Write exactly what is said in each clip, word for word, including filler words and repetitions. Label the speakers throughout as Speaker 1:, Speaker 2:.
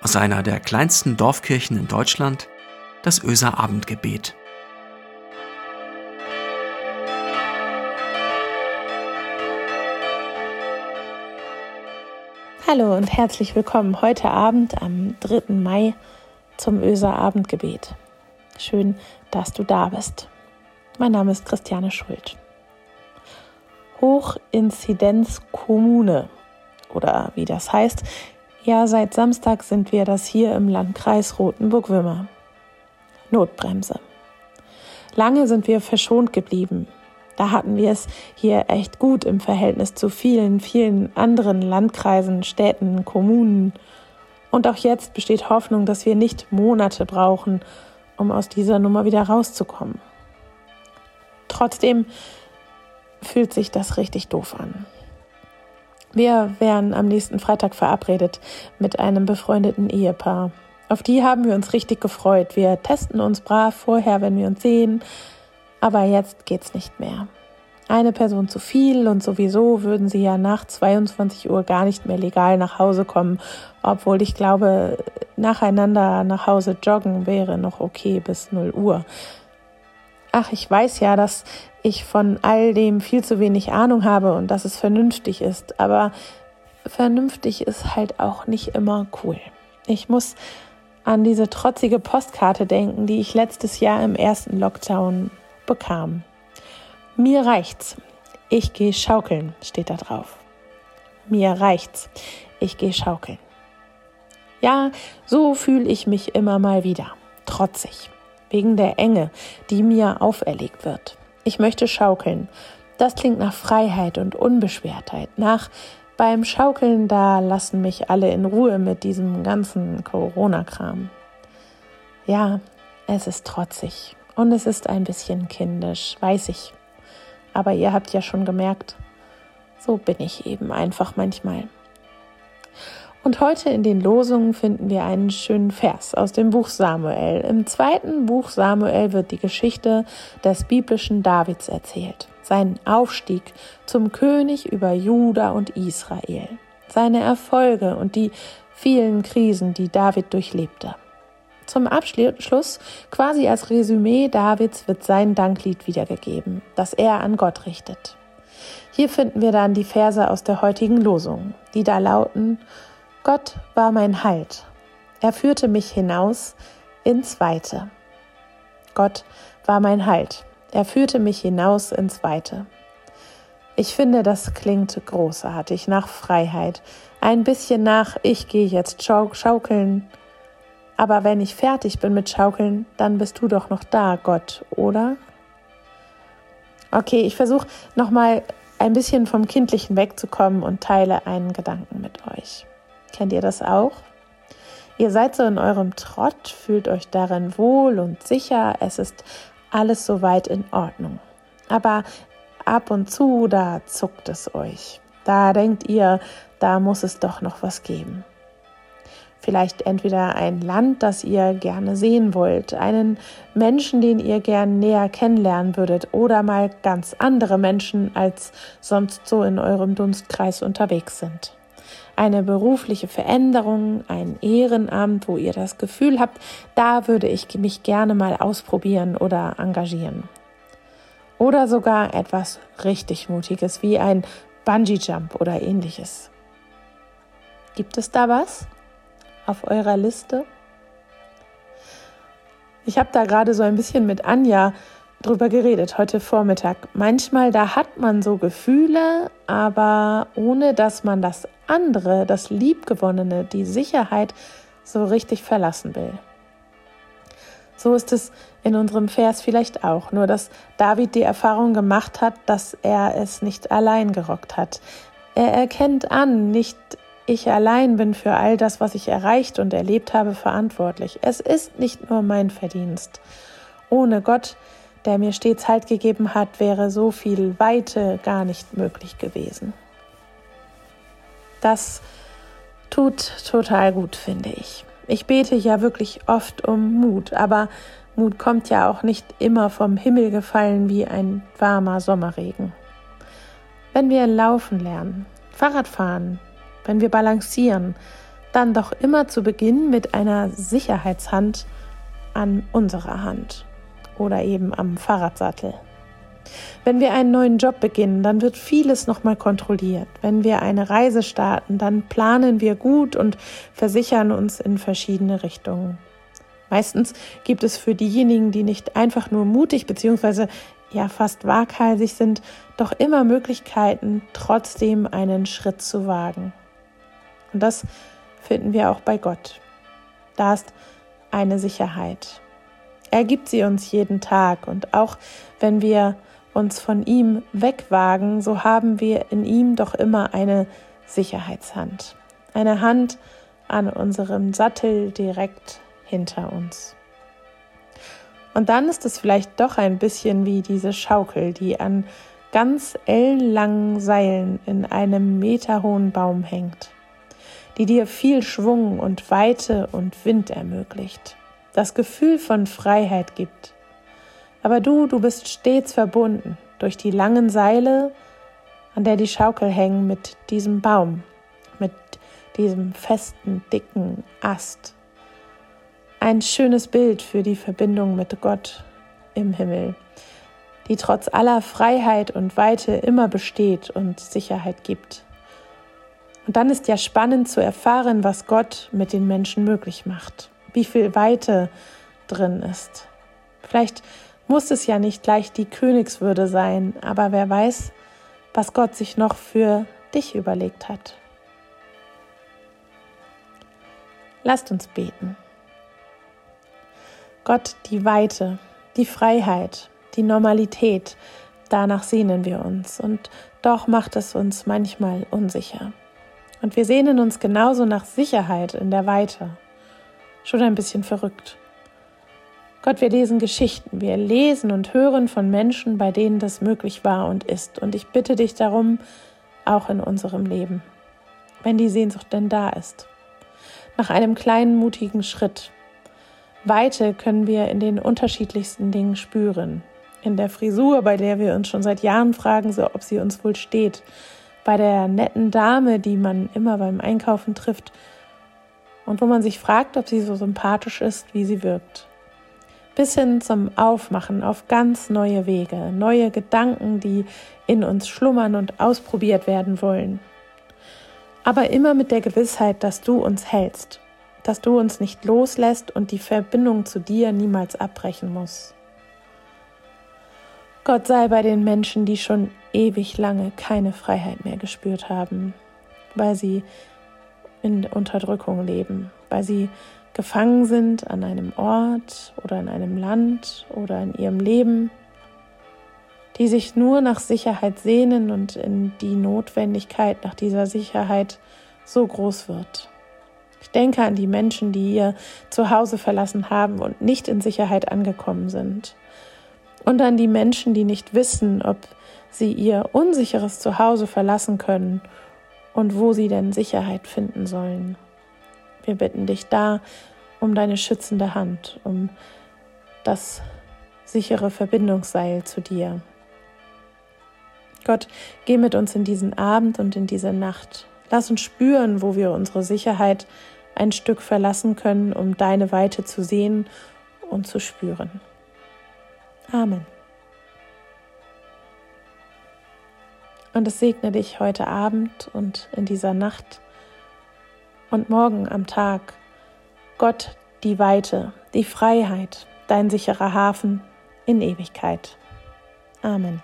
Speaker 1: aus einer der kleinsten Dorfkirchen in Deutschland, das Oeser Abendgebet.
Speaker 2: Hallo und herzlich willkommen heute Abend am dritten Mai zum Oeser Abendgebet. Schön, dass du da bist. Mein Name ist Christiane Schuld. Hochinzidenz-Kommune oder wie das heißt, ja, seit Samstag sind wir das hier im Landkreis Rothenburg-Würmer. Notbremse. Lange sind wir verschont geblieben. Da hatten wir es hier echt gut im Verhältnis zu vielen, vielen anderen Landkreisen, Städten, Kommunen. Und auch jetzt besteht Hoffnung, dass wir nicht Monate brauchen, um aus dieser Nummer wieder rauszukommen. Trotzdem fühlt sich das richtig doof an. Wir wären am nächsten Freitag verabredet mit einem befreundeten Ehepaar. Auf die haben wir uns richtig gefreut. Wir testen uns brav vorher, wenn wir uns sehen. Aber jetzt geht's nicht mehr. Eine Person zu viel und sowieso würden sie ja nach zweiundzwanzig Uhr gar nicht mehr legal nach Hause kommen. Obwohl ich glaube, nacheinander nach Hause joggen wäre noch okay bis null Uhr. Ach, ich weiß ja, dass ich von all dem viel zu wenig Ahnung habe und dass es vernünftig ist. Aber vernünftig ist halt auch nicht immer cool. Ich muss an diese trotzige Postkarte denken, die ich letztes Jahr im ersten Lockdown bekam. Mir reicht's. Ich gehe schaukeln, steht da drauf. Mir reicht's. Ich gehe schaukeln. Ja, so fühle ich mich immer mal wieder. Trotzig. Wegen der Enge, die mir auferlegt wird. Ich möchte schaukeln. Das klingt nach Freiheit und Unbeschwertheit. Nach beim Schaukeln, da lassen mich alle in Ruhe mit diesem ganzen Corona-Kram. Ja, es ist trotzig und es ist ein bisschen kindisch, weiß ich. Aber ihr habt ja schon gemerkt, so bin ich eben einfach manchmal. Und heute in den Losungen finden wir einen schönen Vers aus dem Buch Samuel. Im zweiten Buch Samuel wird die Geschichte des biblischen Davids erzählt. Sein Aufstieg zum König über Juda und Israel. Seine Erfolge und die vielen Krisen, die David durchlebte. Zum Abschluss, quasi als Resümee Davids, wird sein Danklied wiedergegeben, das er an Gott richtet. Hier finden wir dann die Verse aus der heutigen Losung, die da lauten: Gott war mein Halt. Er führte mich hinaus ins Weite. Gott war mein Halt. Er führte mich hinaus ins Weite. Ich finde, das klingt großartig nach Freiheit. Ein bisschen nach, ich gehe jetzt schau- schaukeln. Aber wenn ich fertig bin mit Schaukeln, dann bist du doch noch da, Gott, oder? Okay, ich versuche nochmal ein bisschen vom Kindlichen wegzukommen und teile einen Gedanken mit euch. Kennt ihr das auch? Ihr seid so in eurem Trott, fühlt euch darin wohl und sicher, es ist alles soweit in Ordnung. Aber ab und zu, da zuckt es euch. Da denkt ihr, da muss es doch noch was geben. Vielleicht entweder ein Land, das ihr gerne sehen wollt, einen Menschen, den ihr gern näher kennenlernen würdet, oder mal ganz andere Menschen, als sonst so in eurem Dunstkreis unterwegs sind. Eine berufliche Veränderung, ein Ehrenamt, wo ihr das Gefühl habt, da würde ich mich gerne mal ausprobieren oder engagieren. Oder sogar etwas richtig Mutiges, wie ein Bungee-Jump oder ähnliches. Gibt es da was auf eurer Liste? Ich habe da gerade so ein bisschen mit Anja drüber geredet, heute Vormittag. Manchmal, da hat man so Gefühle, aber ohne dass man das andere, das Liebgewonnene, die Sicherheit so richtig verlassen will. So ist es in unserem Vers vielleicht auch, nur dass David die Erfahrung gemacht hat, dass er es nicht allein gerockt hat. Er erkennt an, nicht ich allein bin für all das, was ich erreicht und erlebt habe, verantwortlich. Es ist nicht nur mein Verdienst. Ohne Gott, der mir stets Halt gegeben hat, wäre so viel Weite gar nicht möglich gewesen. Das tut total gut, finde ich. Ich bete ja wirklich oft um Mut, aber Mut kommt ja auch nicht immer vom Himmel gefallen wie ein warmer Sommerregen. Wenn wir laufen lernen, Fahrrad fahren, wenn wir balancieren, dann doch immer zu Beginn mit einer Sicherheitshand an unserer Hand oder eben am Fahrradsattel. Wenn wir einen neuen Job beginnen, dann wird vieles nochmal kontrolliert. Wenn wir eine Reise starten, dann planen wir gut und versichern uns in verschiedene Richtungen. Meistens gibt es für diejenigen, die nicht einfach nur mutig bzw. ja fast waghalsig sind, doch immer Möglichkeiten, trotzdem einen Schritt zu wagen. Und das finden wir auch bei Gott. Da ist eine Sicherheit. Er gibt sie uns jeden Tag und auch wenn wir uns von ihm wegwagen, so haben wir in ihm doch immer eine Sicherheitshand. Eine Hand an unserem Sattel direkt hinter uns. Und dann ist es vielleicht doch ein bisschen wie diese Schaukel, die an ganz ellenlangen Seilen in einem meterhohen Baum hängt, die dir viel Schwung und Weite und Wind ermöglicht, das Gefühl von Freiheit gibt. Aber du, du bist stets verbunden durch die langen Seile, an der die Schaukel hängen, mit diesem Baum, mit diesem festen, dicken Ast. Ein schönes Bild für die Verbindung mit Gott im Himmel, die trotz aller Freiheit und Weite immer besteht und Sicherheit gibt. Und dann ist ja spannend zu erfahren, was Gott mit den Menschen möglich macht, wie viel Weite drin ist. Vielleicht muss es ja nicht gleich die Königswürde sein, aber wer weiß, was Gott sich noch für dich überlegt hat. Lasst uns beten. Gott, die Weite, die Freiheit, die Normalität, danach sehnen wir uns und doch macht es uns manchmal unsicher. Und wir sehnen uns genauso nach Sicherheit in der Weite. Schon ein bisschen verrückt. Gott, wir lesen Geschichten, wir lesen und hören von Menschen, bei denen das möglich war und ist. Und ich bitte dich darum, auch in unserem Leben, wenn die Sehnsucht denn da ist. Nach einem kleinen, mutigen Schritt. Weite können wir in den unterschiedlichsten Dingen spüren. In der Frisur, bei der wir uns schon seit Jahren fragen, so ob sie uns wohl steht. Bei der netten Dame, die man immer beim Einkaufen trifft und wo man sich fragt, ob sie so sympathisch ist, wie sie wirkt. Bis hin zum Aufmachen auf ganz neue Wege, neue Gedanken, die in uns schlummern und ausprobiert werden wollen. Aber immer mit der Gewissheit, dass du uns hältst, dass du uns nicht loslässt und die Verbindung zu dir niemals abbrechen muss. Gott sei bei den Menschen, die schon ewig lange keine Freiheit mehr gespürt haben, weil sie in Unterdrückung leben, weil sie gefangen sind an einem Ort oder in einem Land oder in ihrem Leben, die sich nur nach Sicherheit sehnen und in die Notwendigkeit nach dieser Sicherheit so groß wird. Ich denke an die Menschen, die ihr Zuhause verlassen haben und nicht in Sicherheit angekommen sind. Und an die Menschen, die nicht wissen, ob sie ihr unsicheres Zuhause verlassen können und wo sie denn Sicherheit finden sollen. Wir bitten dich da um deine schützende Hand, um das sichere Verbindungsseil zu dir. Gott, geh mit uns in diesen Abend und in diese Nacht. Lass uns spüren, wo wir unsere Sicherheit ein Stück verlassen können, um deine Weite zu sehen und zu spüren. Amen. Und es segne dich heute Abend und in dieser Nacht und morgen am Tag. Gott, die Weite, die Freiheit, dein sicherer Hafen in Ewigkeit. Amen.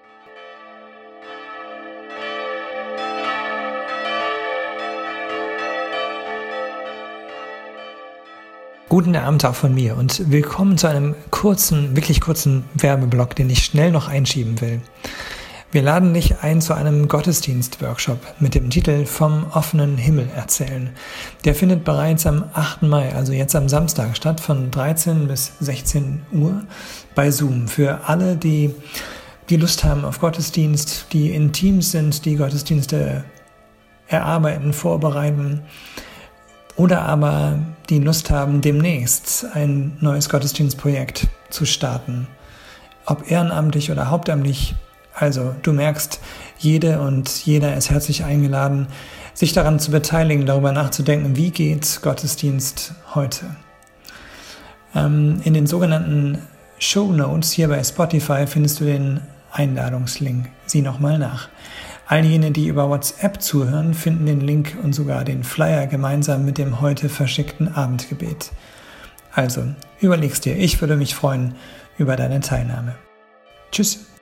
Speaker 3: Guten Abend auch von mir und willkommen zu einem kurzen, wirklich kurzen Werbeblock, den ich schnell noch einschieben will. Wir laden dich ein zu einem Gottesdienst-Workshop mit dem Titel Vom offenen Himmel erzählen. Der findet bereits am achten Mai, also jetzt am Samstag, statt von dreizehn bis sechzehn Uhr bei Zoom. Für alle, die die Lust haben auf Gottesdienst, die in Teams sind, die Gottesdienste erarbeiten, vorbereiten oder aber die Lust haben, demnächst ein neues Gottesdienstprojekt zu starten. Ob ehrenamtlich oder hauptamtlich, Also du merkst, jede und jeder ist herzlich eingeladen, sich daran zu beteiligen, darüber nachzudenken, wie geht Gottesdienst heute. Ähm, in den sogenannten Show Notes hier bei Spotify findest du den Einladungslink. Sieh nochmal nach. All jene, die über WhatsApp zuhören, finden den Link und sogar den Flyer gemeinsam mit dem heute verschickten Abendgebet. Also, überleg's dir, ich würde mich freuen über deine Teilnahme. Tschüss.